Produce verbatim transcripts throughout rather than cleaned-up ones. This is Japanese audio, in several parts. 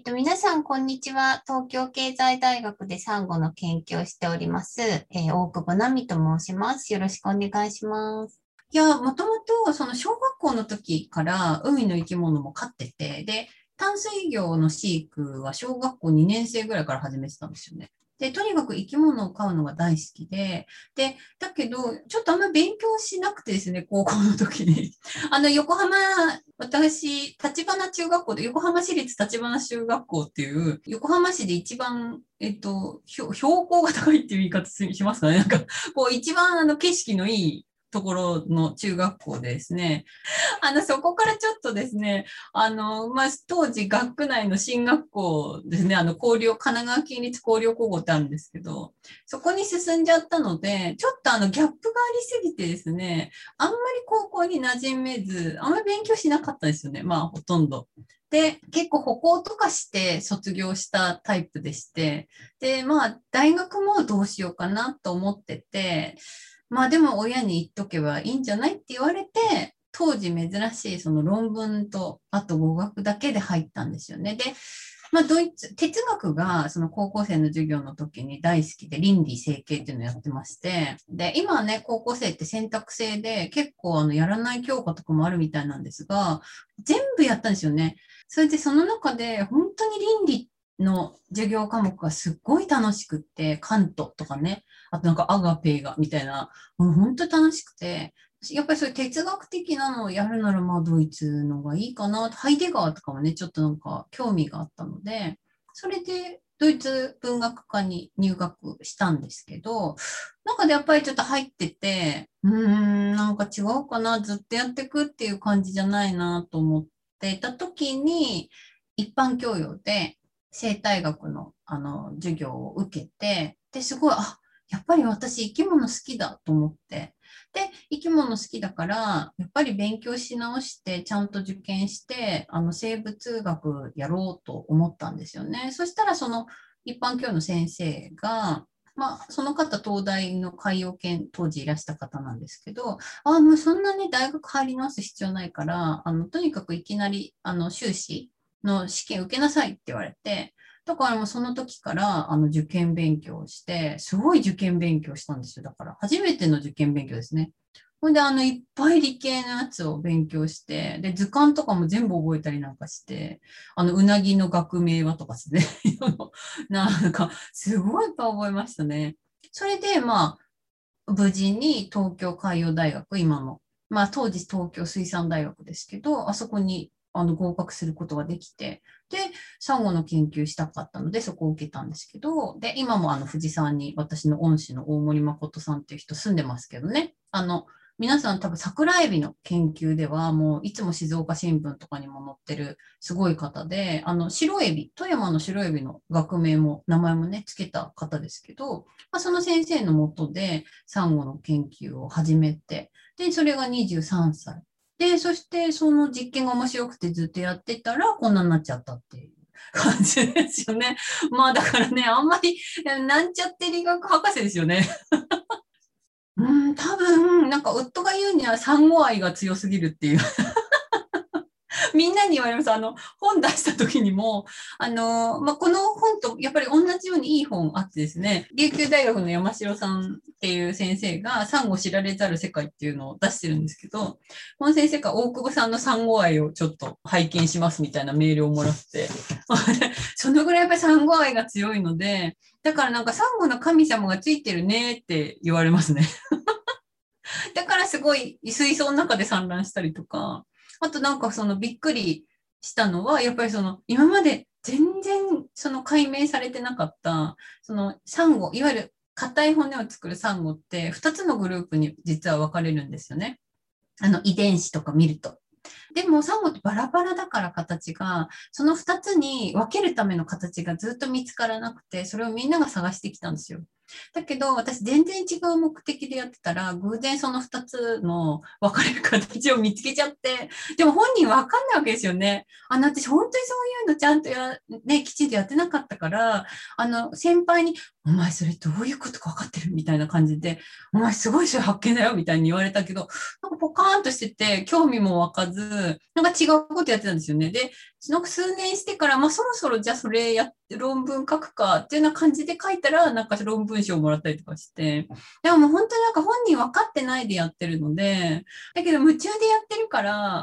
えっと、皆さん、こんにちは。東京経済大学でサンゴの研究をしております。えー大久保奈美と申します。よろしくお願いします。 いや、もともと、その小学校の時から海の生き物も飼ってて、で、淡水魚の飼育は小学校にねん生ぐらいから始めてたんですよね。で、とにかく生き物を飼うのが大好きで、で、だけど、ちょっとあんまり勉強しなくてですね、高校の時に。あの、横浜、私、立花中学校で、横浜市立立花中学校っていう、横浜市で一番、えっと、標標高が高いっていう言い方しますかね。なんか、こう、一番あの景色のいいところの中学校でですね、あの、そこからちょっとですね、あの、まあ、当時学区内の進学校ですね、あの、広陵、神奈川県立広陵高校ってあるんですけど、そこに進んじゃったので、ちょっとあの、ギャップがありすぎてですね、あんまり高校に馴染めず、あんまり勉強しなかったですよね、まあ、ほとんど。で、結構歩行とかして卒業したタイプでして、で、まあ、大学もどうしようかなと思ってて、まあでも親に言っとけばいいんじゃないって言われて、当時珍しいその論文と、あと語学だけで入ったんですよね。で、まあドイツ、哲学がその高校生の授業の時に大好きで倫理整形っていうのをやってまして、で、今はね、高校生って選択制で結構あのやらない教科とかもあるみたいなんですが、全部やったんですよね。それでその中で本当に倫理の授業科目がすっごい楽しくって、カントとかね、あとなんかアガペーがみたいな、もう本当楽しくて、やっぱりそういう哲学的なのをやるなら、まあ、ドイツのがいいかな。ハイデガーとかもね、ちょっとなんか興味があったので、それでドイツ文学科に入学したんですけど、なんかでやっぱりちょっと入ってて、うーん、なんか違うかな。ずっとやっていくっていう感じじゃないなと思っていた時に、一般教養で生態学の、あの授業を受けて、で、すごい、あ、やっぱり私生き物好きだと思って、で、生き物好きだから、やっぱり勉強し直して、ちゃんと受験して、あの、生物学やろうと思ったんですよね。そしたら、その一般教養の先生が、まあ、その方、東大の海洋研当時いらした方なんですけど、あ、もうそんなに大学入り直す必要ないから、あの、とにかくいきなり、あの、修士の試験受けなさいって言われて、だからもうその時からあの受験勉強をして、すごい受験勉強したんですよ。だから初めての受験勉強ですね。ほんで、あの、いっぱい理系のやつを勉強して、で、図鑑とかも全部覚えたりなんかして、あの、うなぎの学名はとかですね。なんか、すごいいっぱい覚えましたね。それで、まあ、無事に東京海洋大学、今の、まあ当時東京水産大学ですけど、あそこにあの合格することができて、で、サンゴの研究したかったので、そこを受けたんですけど、で、今もあの富士山に私の恩師の大森誠さんっていう人住んでますけどね、あの、皆さん多分桜エビの研究ではもういつも静岡新聞とかにも載ってるすごい方で、あの白エビ、富山の白エビの学名も名前もね、つけた方ですけど、まあ、その先生のもとでサンゴの研究を始めて、で、それがにじゅうさんさい。で、そしてその実験が面白くてずっとやってたら、こんなになっちゃったっていう感じですよね。まあだからね、あんまり、なんちゃって理学博士ですよね。うん、多分、なんか夫が言うには産後愛が強すぎるっていうみんなに言われます。あの、本出した時にも、あの、まあ、この本とやっぱり同じようにいい本あってですね、琉球大学の山城さんっていう先生が、産後知られざる世界っていうのを出してるんですけど、この先生が大久保さんの産後愛をちょっと拝見しますみたいなメールをもらって、そのぐらいやっぱり産後愛が強いので、だからなんか産後の神様がついてるねって言われますね。だからすごい水槽の中で産卵したりとか、あとなんかそのびっくりしたのは、やっぱりその今まで全然その解明されてなかった、そのサンゴ、いわゆる硬い骨を作るサンゴってふたつのグループに実は分かれるんですよね。あの遺伝子とか見ると。でもサンゴってバラバラだから形が、そのふたつに分けるための形がずっと見つからなくて、それをみんなが探してきたんですよ。だけど、私全然違う目的でやってたら、偶然そのふたつの分かれる形を見つけちゃって、でも本人分かんないわけですよね。あの、私本当にそういうのちゃんとや、ね、きちんとやってなかったから、あの、先輩に、お前それどういうことか分かってるみたいな感じで、お前すごいそれ発見だよみたいに言われたけど、なんかポカーンとしてて、興味も湧かず、 なんか違うことやってたんですよね。で、なんか数年してから、まあそろそろじゃあそれやって論文書くかっていうような感じで書いたら、なんか論文賞をもらったりとかして、でももう本当になんか本人分かってないでやってるので、だけど夢中でやってるから、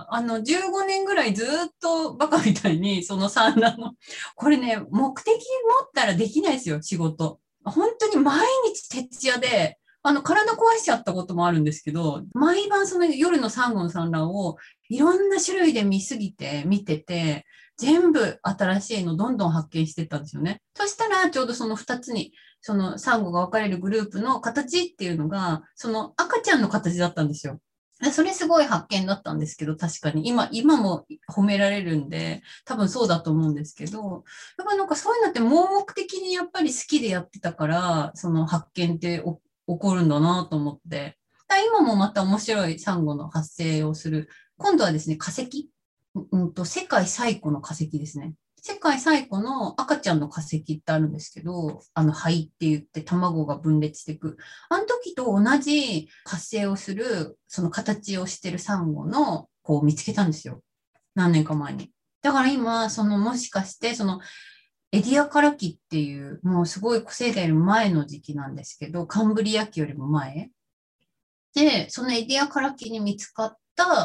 あのじゅうごねんぐらいずっとバカみたいにその産卵の、これね、目的持ったらできないですよ、仕事。本当に毎日徹夜で、あの、体壊しちゃったこともあるんですけど、毎晩その夜のサンゴの産卵をいろんな種類で見すぎて、見てて、全部新しいのどんどん発見していったんですよね。そしたら、ちょうどそのふたつに、そのサンゴが分かれるグループの形っていうのが、その赤ちゃんの形だったんですよ。それすごい発見だったんですけど、確かに。今、今も褒められるんで、多分そうだと思うんですけど、やっぱなんかそういうのって盲目的にやっぱり好きでやってたから、その発見って起こるんだなと思って。今もまた面白いサンゴの発生をする。今度はですね、化石。うんと、世界最古の化石ですね。世界最古の赤ちゃんの化石ってあるんですけど、あの肺って言って卵が分裂していく。あの時と同じ発生をする、その形をしてるサンゴのこう見つけたんですよ。何年か前に。だから今、そのもしかして、そのエディアカラキっていう、もうすごい古生代よりも前の時期なんですけど、カンブリア紀よりも前。で、そのエディアカラキに見つかった、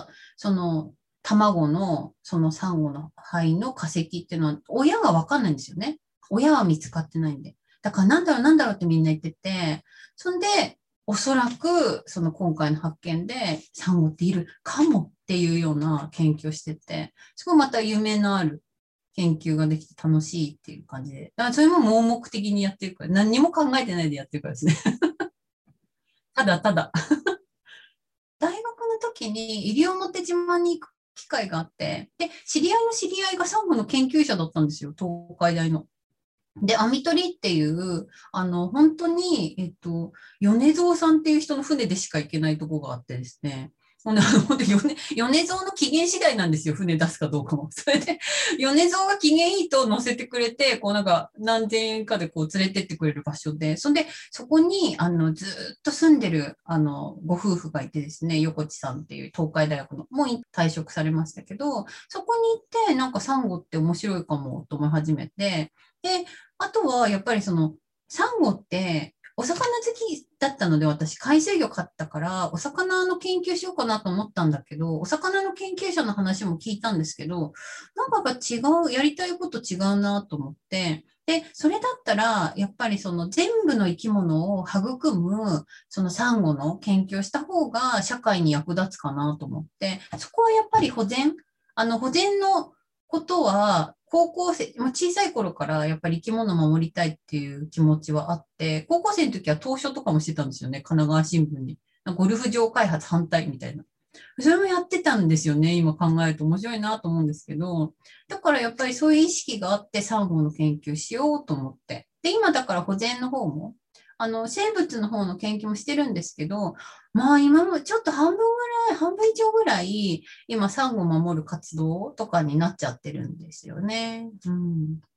その卵の、そのサンゴの肺の化石っていうのは、親がわかんないんですよね。親は見つかってないんで。だからなんだろうなんだろうってみんな言ってて、そんで、おそらく、その今回の発見で、サンゴっているかもっていうような研究をしてて、すごいまた夢のある研究ができて楽しいっていう感じで。だからそれも盲目的にやってるから、何にも考えてないでやってるからですね。ただただ。大学の時に西表島に行く機会があって、で、知り合いの知り合いがサンゴの研究者だったんですよ、東海大の。で、網取っていう、あの、本当に、えっと、米蔵さんっていう人の船でしか行けないとこがあってですね。ほんで、本当米、米蔵の機嫌次第なんですよ、船出すかどうかも。それで、米蔵が機嫌いいと乗せてくれて、こうなんか何千円かでこう連れてってくれる場所で、そんで、そこに、あの、ずっと住んでる、あの、ご夫婦がいてですね、横地さんっていう東海大学の、もう退職されましたけど、そこに行って、なんかサンゴって面白いかもと思い始めて、で、あとは、やっぱりその、サンゴって、お魚好きだったので、私、海水魚買ったから、お魚の研究しようかなと思ったんだけど、お魚の研究者の話も聞いたんですけど、なんかやっぱ違う、やりたいこと違うなと思って、で、それだったら、やっぱりその全部の生き物を育む、そのサンゴの研究をした方が社会に役立つかなと思って、そこはやっぱり保全、あの、保全のことは、高校生、まあ小さい頃からやっぱり生き物を守りたいっていう気持ちはあって、高校生の時は投書とかもしてたんですよね、神奈川新聞に。ゴルフ場開発反対みたいな。それもやってたんですよね、今考えると面白いなと思うんですけど、だからやっぱりそういう意識があって、サンゴの研究しようと思って。で、今だから保全の方も、あの、生物の方の研究もしてるんですけど、まあ今もちょっと半分ぐらい、半分以上ぐらい、今サンゴを守る活動とかになっちゃってるんですよね。うん。